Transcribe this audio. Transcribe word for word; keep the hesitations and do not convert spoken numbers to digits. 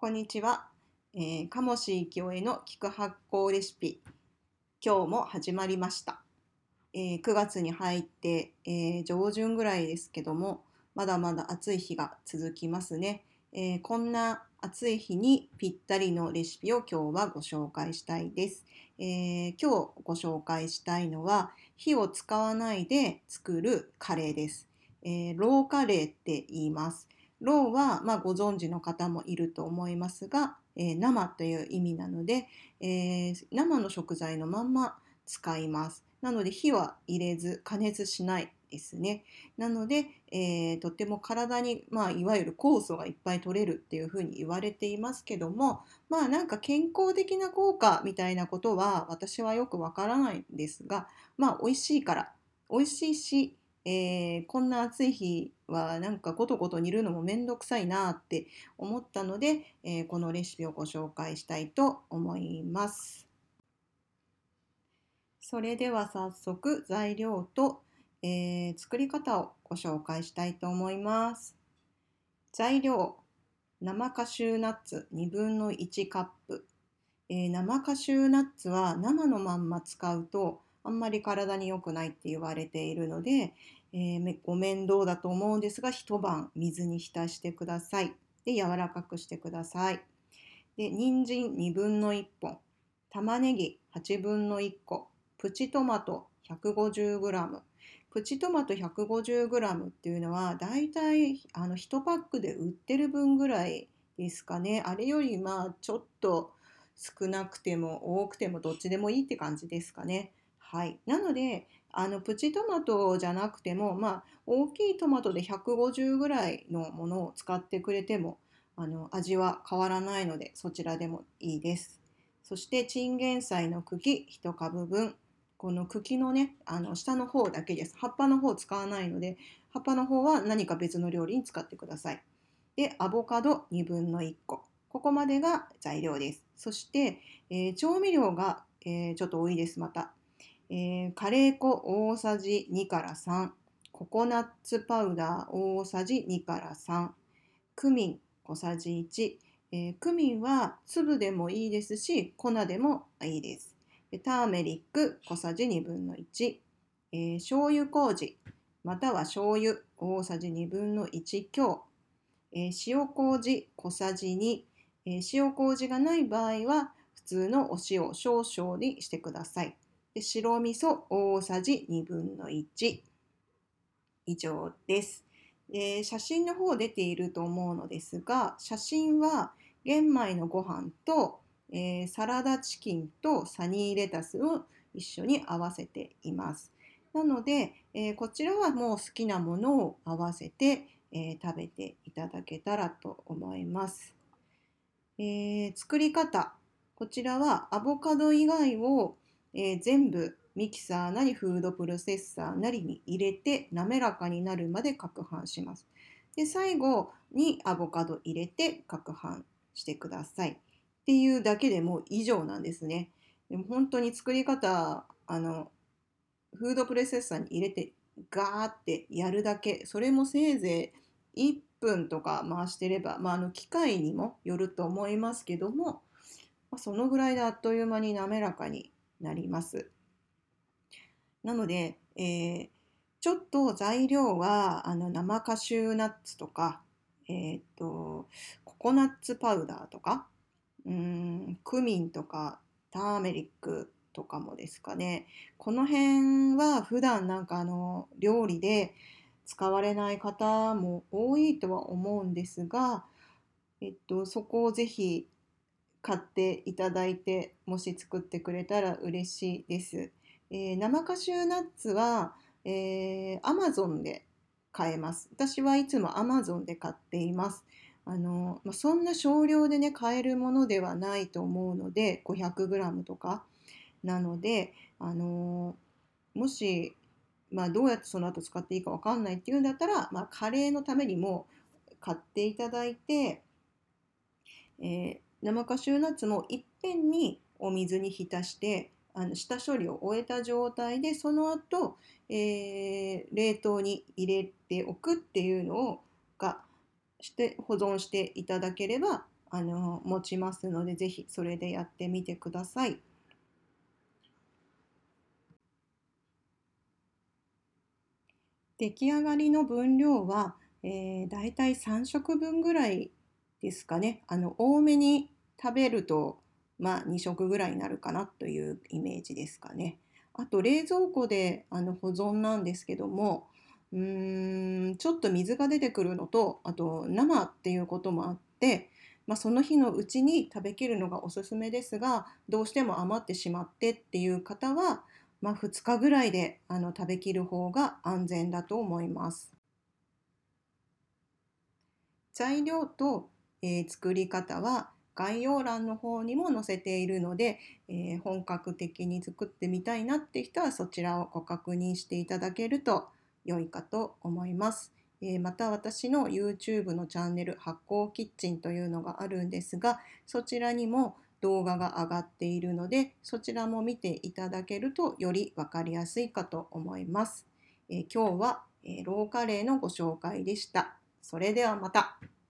こんにちは。えー、鴨志清江の聞く発酵レシピ。今日も始まりました。えーくがつに入って、えー上旬ぐらいですけども、まだまだ暑い日が続きますね。えーこんな暑い日にぴったりのレシピを今日はご紹介したいです。えー今日ご紹介したいのは、火を使わないで作るカレーです。えーローカレーって言います。ローは、まあ、ご存知の方もいると思いますが、えー生という意味なので、えー生の食材のまんま使います。なので火は入れず加熱しないですね。なので、えーとても体に、まあ、いわゆる酵素がいっぱい取れるっていうふうに言われていますけども、まあなんか健康的な効果みたいなことは私はよくわからないんですが、まあ美味しいから、美味しいし、えーこんな暑い日はなんかコトコト煮るのもめんどくさいなって思ったので、えーこのレシピをご紹介したいと思います。それでは早速材料と、えー作り方をご紹介したいと思います。材料、生カシューナッツにぶんのいちカップ。えー生カシューナッツは生のまんま使うとあんまり体に良くないって言われているので、えーご面倒だと思うんですが、一晩水に浸してください。で、柔らかくしてください。で、人参にぶんのいっぽん、玉ねぎはちぶんのいっこ、プチトマト ひゃくごじゅうグラム。プチトマト ひゃくごじゅうグラム っていうのはだいたいあのいちパックで売ってる分ぐらいですかね。あれよりまあちょっと少なくても多くてもどっちでもいいって感じですかね。はい。なので、あのプチトマトじゃなくても、まあ大きいトマトでひゃくごじゅうぐらいのものを使ってくれてもあの味は変わらないのでそちらでもいいです。そしてチンゲン菜の茎いちかぶぶん。この茎のね、あの下の方だけです。葉っぱの方使わないので、葉っぱの方は何か別の料理に使ってください。で、アボカドにぶんのいっこ。ここまでが材料です。そして、えー調味料が、えーちょっと多いです、また。えーカレー粉大さじにからさん。ココナッツパウダー大さじにからさん。クミン小さじいち、えークミンは粒でもいいですし粉でもいいです。でターメリック小さじにぶんのいち、えー、醤油麹または醤油大さじにぶんのいち強、えー塩麹小さじに、えー塩麹がない場合は普通のお塩少々にしてください。で白味噌大さじにぶんのいち以上です。で写真の方出ていると思うのですが、写真は玄米のご飯と、えーサラダチキンとサニーレタスを一緒に合わせています。なので、えーこちらはもう好きなものを合わせて、えー食べていただけたらと思います。えー作り方。こちらはアボカド以外を、えー全部ミキサーなりフードプロセッサーなりに入れて滑らかになるまで攪拌します。で、最後にアボカド入れて攪拌してください。っていうだけでもう以上なんですね。でも本当に作り方、あの、フードプロセッサーに入れてガーってやるだけ、それもせいぜいいっぷんとか回してれば、まあ、あの機械にもよると思いますけども、まあ、そのぐらいであっという間に滑らかになります。なので、えーちょっと材料はあの生カシューナッツとか、えーっとココナッツパウダーとか、うーんクミンとかターメリックとかもですかね。この辺は普段なんかあの料理で使われない方も多いとは思うんですが、えっと、そこをぜひ買っていただいて、もし作ってくれたら嬉しいです。えー生カシューナッツは、えー、Amazon で買えます。私はいつも Amazon で買っています。あの、まあ、そんな少量でね、買えるものではないと思うので、ごひゃくグラム とか。なので、あのもし、まあ、どうやってその後使っていいかわかんないっていうんだったら、まあ、カレーのためにも買っていただいて、えー生カシューナッツもいっぺんにお水に浸してあの下処理を終えた状態でその後、えー冷凍に入れておくっていうのをがして保存していただければあの持ちますので、ぜひそれでやってみてください。出来上がりの分量は、えー、だいたいさん食分ぐらいですかね。あの多めに食べると、まあ、に食ぐらいになるかなというイメージですかね。あと冷蔵庫であの保存なんですけども、うーんちょっと水が出てくるのと、あと生っていうこともあって、まあ、その日のうちに食べきるのがおすすめですが、どうしても余ってしまってっていう方は、まあ、ふつかぐらいであの食べきる方が安全だと思います。材料と、えー作り方は概要欄の方にも載せているので、えー本格的に作ってみたいなって人はそちらをご確認していただけると良いかと思います。えーまた私の YouTube のチャンネル発酵キッチンというのがあるんですが、そちらにも動画が上がっているので、そちらも見ていただけるとより分かりやすいかと思います。えー今日は、えーローカレーのご紹介でした。それではまた。